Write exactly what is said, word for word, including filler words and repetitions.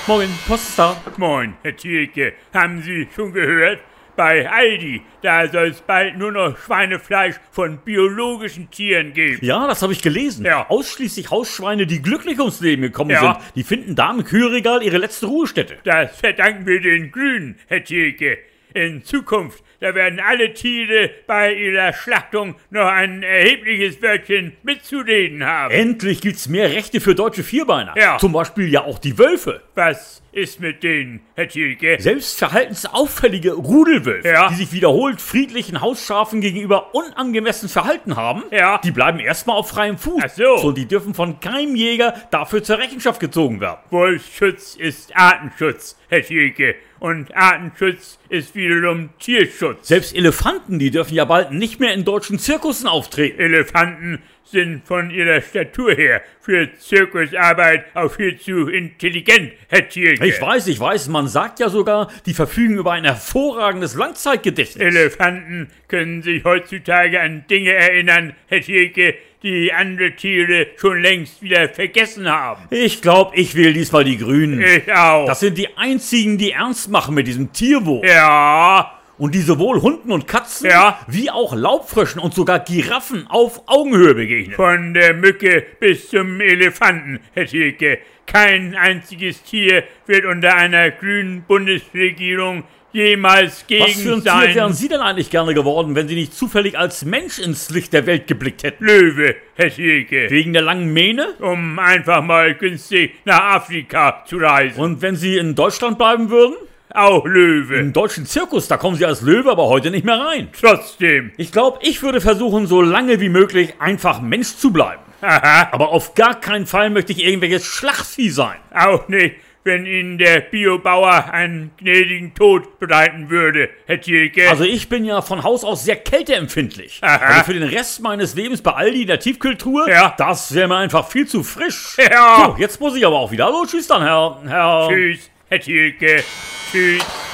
Morgen, Post ist da. Moin, Herr Thielke. Haben Sie schon gehört? Bei Aldi, da soll es bald nur noch Schweinefleisch von biologischen Tieren geben. Ja, das habe ich gelesen. Ja. Ausschließlich Hausschweine, die glücklich ums Leben gekommen Ja. sind. Die finden da im Kühlregal ihre letzte Ruhestätte. Das verdanken wir den Grünen, Herr Thielke. In Zukunft, da werden alle Tiere bei ihrer Schlachtung noch ein erhebliches Wörtchen mitzureden haben. Endlich gibt's mehr Rechte für deutsche Vierbeiner. Ja. Zum Beispiel ja auch die Wölfe. Was ist mit denen, Herr Thielke? Selbst verhaltensauffällige Rudelwölfe, Ja. die sich wiederholt friedlichen Hausschafen gegenüber unangemessen verhalten haben, Ja. die bleiben erstmal auf freiem Fuß. Ach so. Und die dürfen von keinem Jäger dafür zur Rechenschaft gezogen werden. Wolfsschutz ist Artenschutz, Herr Thielke. Und Artenschutz ist wiederum Tierschutz. Selbst Elefanten, die dürfen ja bald nicht mehr in deutschen Zirkussen auftreten. Elefanten sind von ihrer Statur her für Zirkusarbeit auch viel zu intelligent, Herr Thielke. Ich weiß, ich weiß, man sagt ja sogar, die verfügen über ein hervorragendes Langzeitgedächtnis. Elefanten können sich heutzutage an Dinge erinnern, Herr Thielke, die andere Tiere schon längst wieder vergessen haben. Ich glaube, ich wähle diesmal die Grünen. Ich auch. Das sind die einzigen, die ernst machen mit diesem Tierwohl. ja, Und die sowohl Hunden und Katzen, Ja. wie auch Laubfröschen und sogar Giraffen auf Augenhöhe begegnen. von der Mücke bis zum Elefanten, Herr Thielke. Kein einziges Tier wird unter einer grünen Bundesregierung jemals gegen Was für ein sein Tier wären Sie denn eigentlich gerne geworden, wenn Sie nicht zufällig als Mensch ins Licht der Welt geblickt hätten? Löwe, Herr Thielke. Wegen der langen Mähne? Um einfach mal günstig nach Afrika zu reisen. Und wenn Sie in Deutschland bleiben würden? Auch Löwe. Im deutschen Zirkus, da kommen Sie als Löwe aber heute nicht mehr rein. Trotzdem. Ich glaube, ich würde versuchen, so lange wie möglich einfach Mensch zu bleiben. Aha. Aber auf gar keinen Fall möchte ich irgendwelches Schlachtvieh sein. Auch nicht, wenn Ihnen der Biobauer einen gnädigen Tod bereiten würde, Herr Thielke. Also ich bin ja von Haus aus sehr kälteempfindlich. Aha. Also für den Rest meines Lebens bei Aldi in der Tiefkühltruhe, Ja. das wäre mir einfach viel zu frisch. Ja. So, jetzt muss ich aber auch wieder. Hallo, tschüss dann, Herr, Herr... Tschüss, Herr Thielke. Tschüss.